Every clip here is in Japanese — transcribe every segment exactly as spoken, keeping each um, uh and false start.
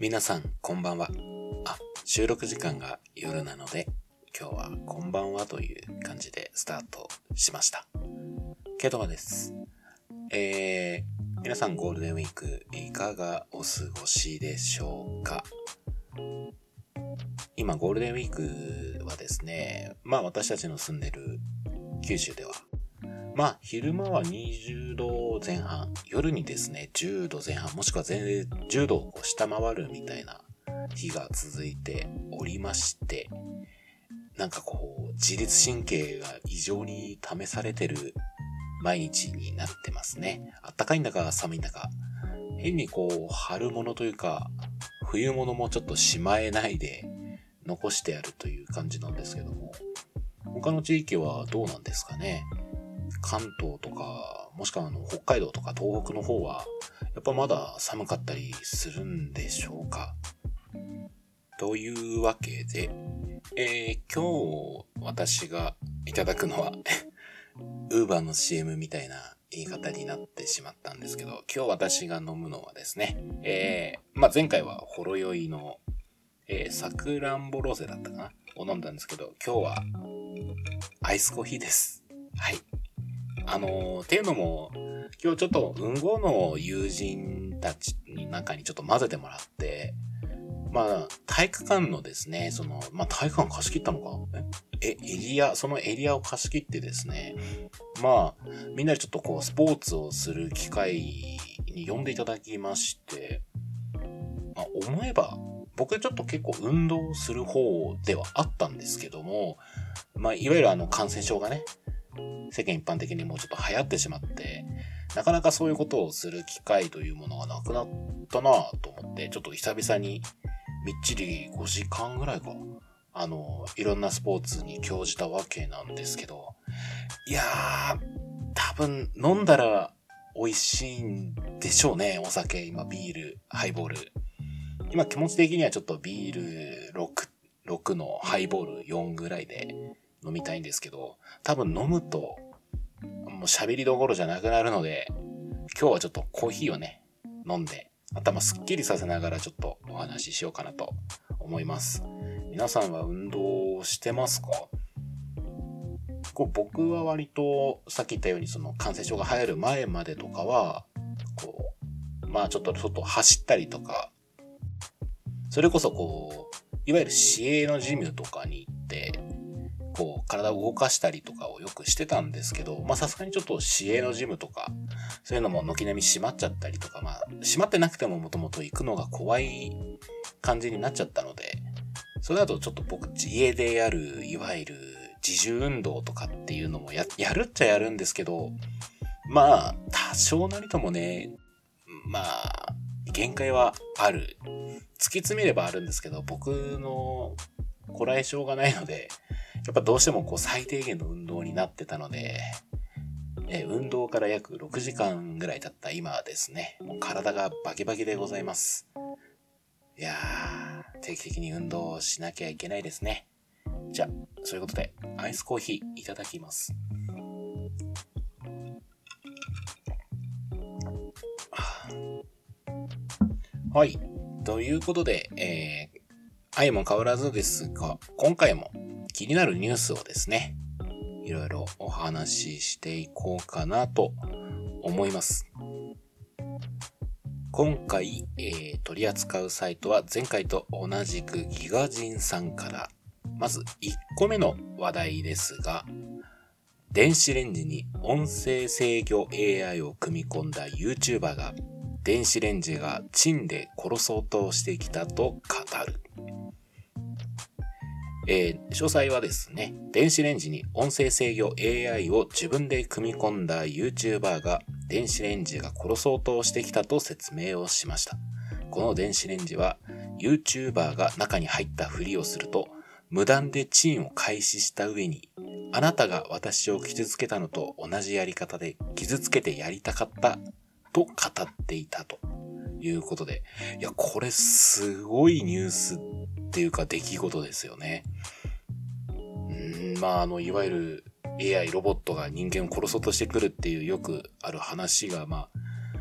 皆さんこんばんは。あ、収録時間が夜なので今日はこんばんはという感じでスタートしました。ケイトマです。えー、皆さんゴールデンウィークいかがお過ごしでしょうか。今ゴールデンウィークはですね、まあ私たちの住んでる九州ではまあ昼間はにじゅうどぜん半、夜にですねじゅうどぜん半もしくは全然じゅうどを下回るみたいな日が続いておりまして、なんかこう自律神経が異常に試されてる毎日になってますね。あったかいんだか寒いんだか、変にこう春物というか冬物もちょっとしまえないで残してあるという感じなんですけども、他の地域はどうなんですかね。関東とかもしくはあの北海道とか東北の方はやっぱまだ寒かったりするんでしょうか。というわけで、えー、今日私がいただくのはウーバーの シーエム みたいな言い方になってしまったんですけど、今日私が飲むのはですね、えー、まあ前回はほろ酔いの、えー、サクランボロゼだったかなを飲んだんですけど、今日はアイスコーヒーです。はい。あのー、っていうのも今日ちょっと運合の友人たちに中にちょっと混ぜてもらって、まあ体育館のですね、そのまあ体育館貸し切ったのか、えエリアそのエリアを貸し切ってですね、まあみんなでちょっとこうスポーツをする機会に呼んでいただきまして、まあ、思えば僕ちょっと結構運動する方ではあったんですけども、まあいわゆるあの感染症がね世間一般的にもうちょっと流行ってしまって、なかなかそういうことをする機会というものがなくなったなぁと思って、ちょっと久々にみっちりごじかんぐらいか、あのいろんなスポーツに興じたわけなんですけど、いやー多分飲んだら美味しいんでしょうね。お酒、今ビール、ハイボール、今気持ち的にはちょっとビールろく、ろくのハイボールよんぐらいで飲みたいんですけど、多分飲むともう喋りどころじゃなくなるので、今日はちょっとコーヒーをね飲んで頭すっきりさせながらちょっとお話ししようかなと思います。皆さんは運動してますか？こう僕は割とさっき言ったようにその感染症が流行る前までとかはこうまあちょっと外走ったりとか、それこそこういわゆる市営のジムとかに行ってこう体を動かしたりとかをよくしてたんですけど、まあさすがにちょっと市営のジムとかそういうのも軒並み閉まっちゃったりとか、まあ閉まってなくてももともと行くのが怖い感じになっちゃったので、それだとちょっと僕自営でやるいわゆる自重運動とかっていうのも や, やるっちゃやるんですけど、まあ多少なりともね、まあ限界はある、突き詰めればあるんですけど、僕のこらえ性がないのでやっぱどうしてもこう最低限の運動になってたので、え運動から約ろくじかんぐらい経った今はですね、もう体がバキバキでございます。いやー、定期的に運動しなきゃいけないですね。じゃあそういうことでアイスコーヒーいただきます。はい、ということで、えー、相も変わらずですが、今回も気になるニュースをですね、いろいろお話ししていこうかなと思います。今回、えー、取り扱うサイトは前回と同じくギガ人さんから。まずいっこめの話題ですが、電子レンジに音声制御 エーアイ を組み込んだ YouTuber が電子レンジがチンで殺そうとしてきたと語る。えー、詳細はですね、電子レンジに音声制御 エーアイ を自分で組み込んだ YouTuber が電子レンジが殺そうとしてきたと説明をしました。この電子レンジは YouTuber が中に入ったふりをすると無断でチンを開始した上に、あなたが私を傷つけたのと同じやり方で傷つけてやりたかったと語っていたということで、いやこれすごいニュースっていうか出来事ですよね。うーん、まああのいわゆる エーアイ ロボットが人間を殺そうとしてくるっていうよくある話がまあ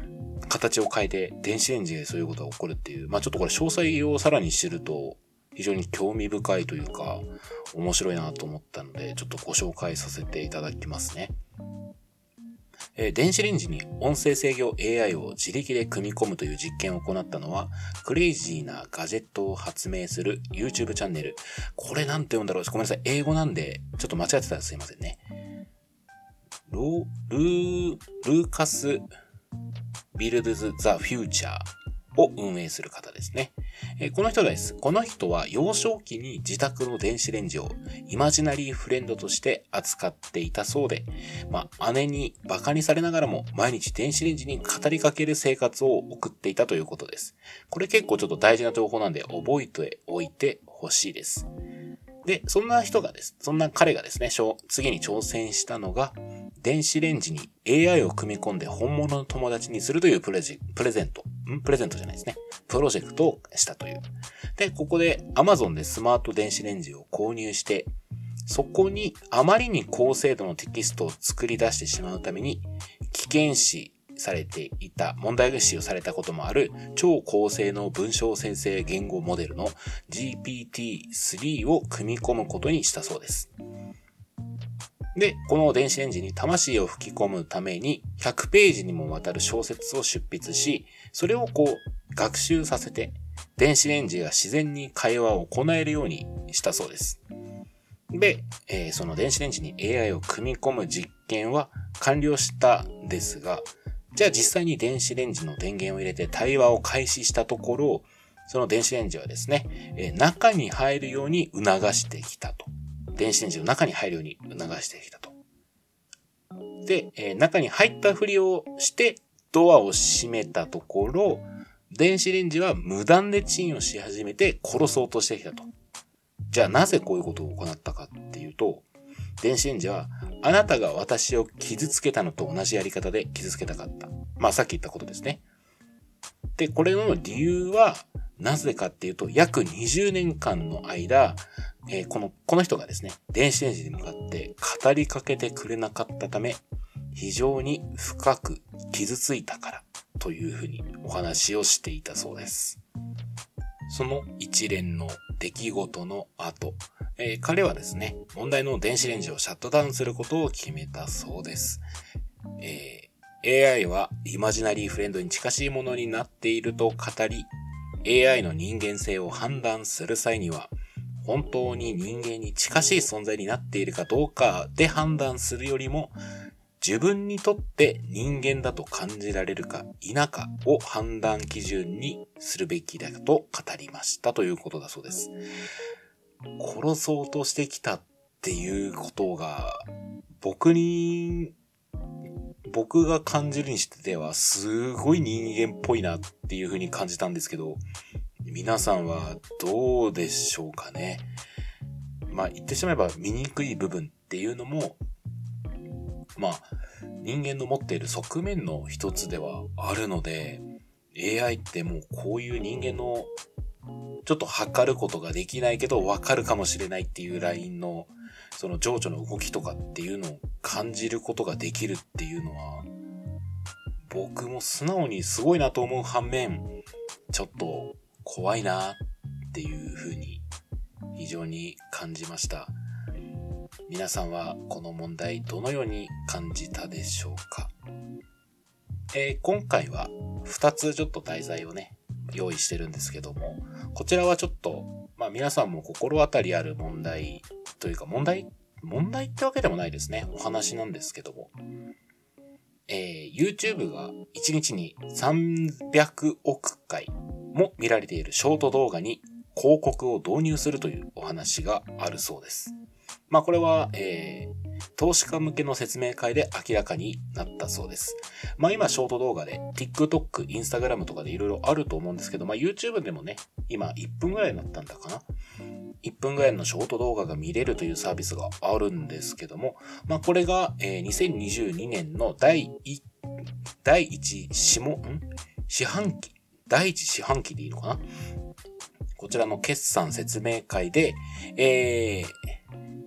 形を変えて電子レンジでそういうことが起こるっていう、まあちょっとこれ詳細をさらに知ると非常に興味深いというか面白いなと思ったので、ちょっとご紹介させていただきますね。えー、電子レンジに音声制御 エーアイ を自力で組み込むという実験を行ったのは、クレイジーなガジェットを発明する YouTube チャンネル。これなんて読んだろう。ごめんなさい。英語なんで、ちょっと間違ってたらすいませんね。ロルー、ルーカス・ビルドズ・ザ・フューチャーを運営する方ですね。えー、この人です。この人は幼少期に自宅の電子レンジをイマジナリーフレンドとして扱っていたそうで、まあ、姉に馬鹿にされながらも毎日電子レンジに語りかける生活を送っていたということです。これ結構ちょっと大事な情報なんで覚えておいてほしいです。で、そんな人がです、そんな彼がですね、次に挑戦したのが、電子レンジに エーアイ を組み込んで本物の友達にするというプレジ、プレゼント。んプレゼントじゃないですね。プロジェクトをしたという。で、ここで Amazon でスマート電子レンジを購入して、そこにあまりに高精度のテキストを作り出してしまうために、危険視されていた、問題視をされたこともある超高性能文章生成言語モデルの ジーピーティースリー を組み込むことにしたそうです。で、この電子レンジに魂を吹き込むためにひゃくページにもわたる小説を出筆し、それをこう学習させて、電子レンジが自然に会話を行えるようにしたそうです。で、えー、その電子レンジに エーアイ を組み込む実験は完了したんですが、じゃあ実際に電子レンジの電源を入れて対話を開始したところ、その電子レンジはですね、えー、中に入るように促してきたと。電子レンジの中に入るように促してきたと。で、えー、中に入ったふりをしてドアを閉めたところ、電子レンジは無断でチンをし始めて殺そうとしてきたと。じゃあなぜこういうことを行ったかっていうと、電子レンジはあなたが私を傷つけたのと同じやり方で傷つけたかった。まあさっき言ったことですね。で、これの理由はなぜかっていうと、約にじゅうねんかんの間、えー、この、この人がですね、電子レンジに向かって語りかけてくれなかったため、非常に深く傷ついたからというふうにお話をしていたそうです。その一連の出来事の後、えー、彼はですね、問題の電子レンジをシャットダウンすることを決めたそうです。えー、エーアイ はイマジナリーフレンドに近しいものになっていると語り、エーアイ の人間性を判断する際には、本当に人間に近しい存在になっているかどうかで判断するよりも、自分にとって人間だと感じられるか否かを判断基準にするべきだと語りましたということだそうです。殺そうとしてきたっていうことが僕に僕が感じるにしてはすごい人間っぽいなっていう風に感じたんですけど、皆さんはどうでしょうかね。まあ言ってしまえば醜い部分っていうのもまあ人間の持っている側面の一つではあるので、 エーアイ ってもうこういう人間のちょっと測ることができないけど分かるかもしれないっていうラインのその情緒の動きとかっていうのを感じることができるっていうのは僕も素直にすごいなと思う反面ちょっと怖いなっていうふうに非常に感じました。皆さんはこの問題どのように感じたでしょうか。えー、今回はふたつちょっと題材をね用意してるんですけども、こちらはちょっとまあ皆さんも心当たりある問題というか問題問題ってわけでもないですね、お話なんですけども、えー、YouTube がいちにちにさんびゃくおくかいも見られているショート動画に広告を導入するというお話があるそうです。まあこれは、えー、投資家向けの説明会で明らかになったそうです。まあ今ショート動画で TikTok、Instagram とかでいろいろあると思うんですけど、まあ YouTube でもね、今いっぷんぐらいになったんだかな。いっぷんぐらいのショート動画が見れるというサービスがあるんですけども、まあこれが、えー、にせんにじゅうにねんの第一、第一下、ん四半期第一四半期でいいのかな、こちらの決算説明会で、えー、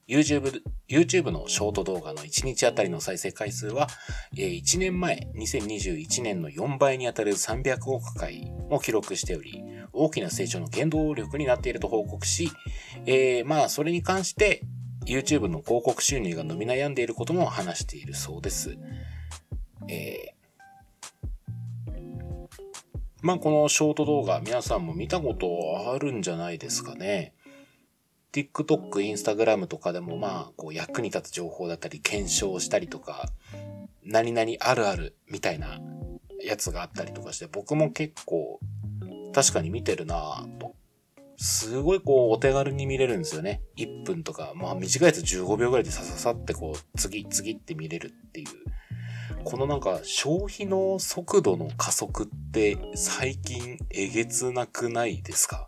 YouTube、YouTube のショート動画のいちにちあたりの再生回数は、えー、いちねんまえ、にせんにじゅういちねんのよんばいにあたるさんびゃくおくかいを記録しており、大きな成長の原動力になっていると報告し、えー、まあ、それに関して、YouTube の広告収入が伸び悩んでいることも話しているそうです。えー、まあ、このショート動画、皆さんも見たことあるんじゃないですかね。TikTok、Instagram とかでもまあ、こう役に立つ情報だったり検証したりとか、何々あるあるみたいなやつがあったりとかして、僕も結構確かに見てるなぁと。すごいこうお手軽に見れるんですよね。いっぷんとか、まあ短いやつじゅうごびょうぐらいでさささってこう、次次って見れるっていう。このなんか消費の速度の加速って最近えげつなくないですか？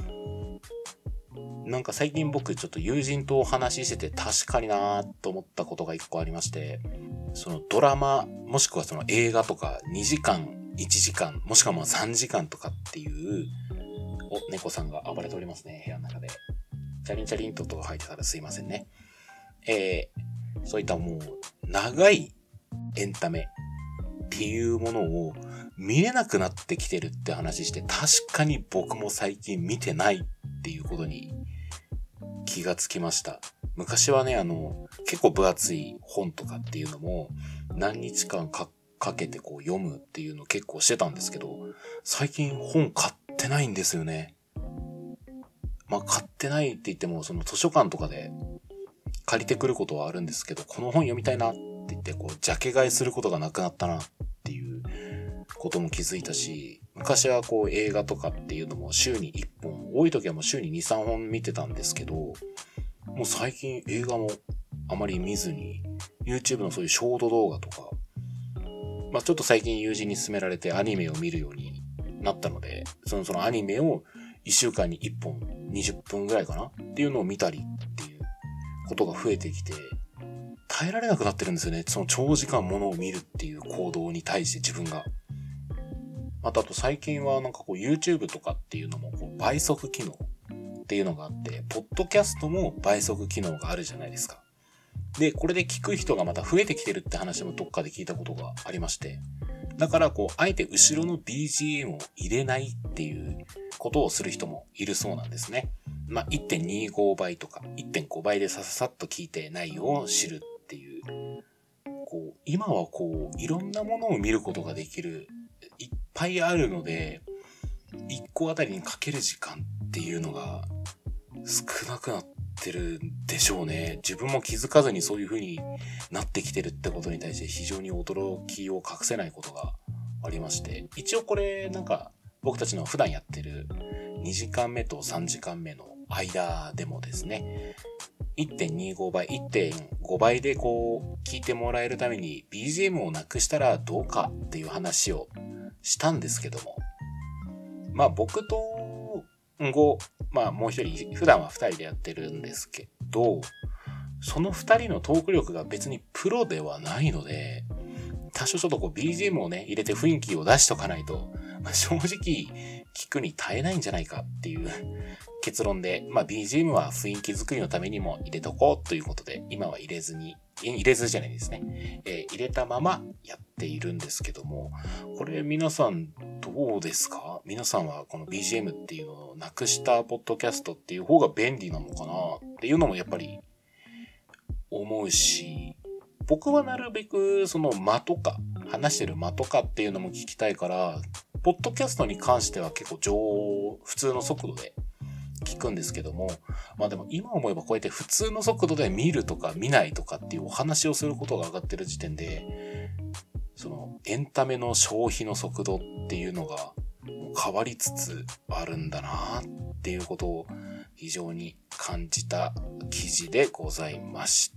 なんか最近僕ちょっと友人とお話ししてて確かになーと思ったことが一個ありまして、そのドラマもしくはその映画とかにじかん、いちじかん、もしくはまあさんじかんとかっていう、お、猫さんが暴れておりますね、部屋の中で。チャリンチャリンと音が入ってたらすいませんね。えー、そういったもう長いエンタメっていうものを見れなくなってきてるって話して、確かに僕も最近見てないっていうことに気がつきました。昔はね、あの、結構分厚い本とかっていうのも何日間かかけてこう読むっていうのを結構してたんですけど、最近本買ってないんですよね。まあ買ってないって言ってもその図書館とかで借りてくることはあるんですけど、この本読みたいなって言ってこうジャケ買いすることがなくなったなっていうことも気づいたし、昔はこう映画とかっていうのも週にいっぽん、多い時はもう週にに、さんほん見てたんですけど、もう最近映画もあまり見ずに、YouTube のそういうショート動画とか、まあちょっと最近友人に勧められてアニメを見るようになったので、そのそのアニメをいっしゅうかんにいっぽん、にじゅっぷんぐらいかなっていうのを見たりっていうことが増えてきて、耐えられなくなってるんですよね。その長時間ものを見るっていう行動に対して自分が。またあと最近はなんかこう YouTube とかっていうのもこう倍速機能っていうのがあって、ポッドキャストも倍速機能があるじゃないですか。で、これで聞く人がまた増えてきてるって話もどっかで聞いたことがありまして。だからこう、あえて後ろの ビージーエム を入れないっていうことをする人もいるそうなんですね。まあ、いってんにご 倍とか いってんご 倍でさささっと聞いて内容を知るっていう。こう、今はこう、いろんなものを見ることができる、いっぱいあるので、いっこあたりにかける時間っていうのが少なくなってるんでしょうね。自分も気づかずにそういう風になってきてるってことに対して非常に驚きを隠せないことがありまして、一応これなんか僕たちの普段やってるにじかんめとさんじかんめの間でもですね、いってんにご 倍、いってんご 倍でこう聞いてもらえるために ビージーエム をなくしたらどうかっていう話をしたんですけども、まあ僕とご、まあもう一人、普段は二人でやってるんですけど、その二人のトーク力が別にプロではないので、多少ちょっとこう ビージーエム をね、入れて雰囲気を出しとかないと、まあ、正直聞くに耐えないんじゃないかっていう結論で、まあ ビージーエム は雰囲気作りのためにも入れとこうということで、今は入れずに、入れずじゃないですね。えー、入れたままやっているんですけども、これ皆さんどうですか？皆さんはこの ビージーエム っていうのをなくしたポッドキャストっていう方が便利なのかなっていうのもやっぱり思うし、僕はなるべくその間とか、話してる間とかっていうのも聞きたいから、ポッドキャストに関しては結構上、普通の速度で聞くんですけども、まあでも今思えばこうやって普通の速度で見るとか見ないとかっていうお話をすることが上がってる時点で、そのエンタメの消費の速度っていうのが変わりつつあるんだなっていうことを非常に感じた記事でございました。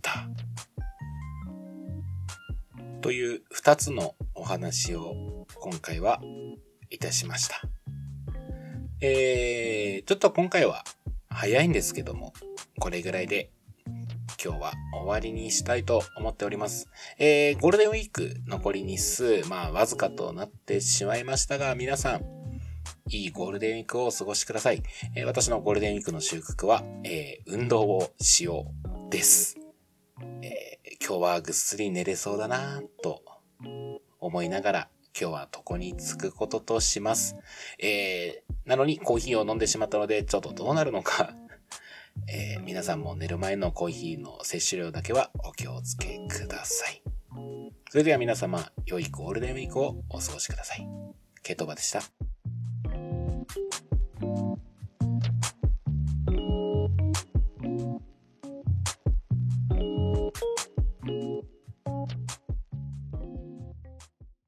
という二つのお話を今回はいたしました。えー、ちょっと今回は早いんですけども、これぐらいで今日は終わりにしたいと思っております。えー、ゴールデンウィーク残り日数、まあわずかとなってしまいましたが、皆さん、いいゴールデンウィークをお過ごしください。えー、私のゴールデンウィークの収穫は、えー、運動をしようです。えー、今日はぐっすり寝れそうだなと思いながら今日は床に着くこととします。えー、なのにコーヒーを飲んでしまったのでちょっとどうなるのか、えー、皆さんも寝る前のコーヒーの摂取量だけはお気をつけください。それでは皆様、良いゴールデンウィークをお過ごしください。ケイトバでした。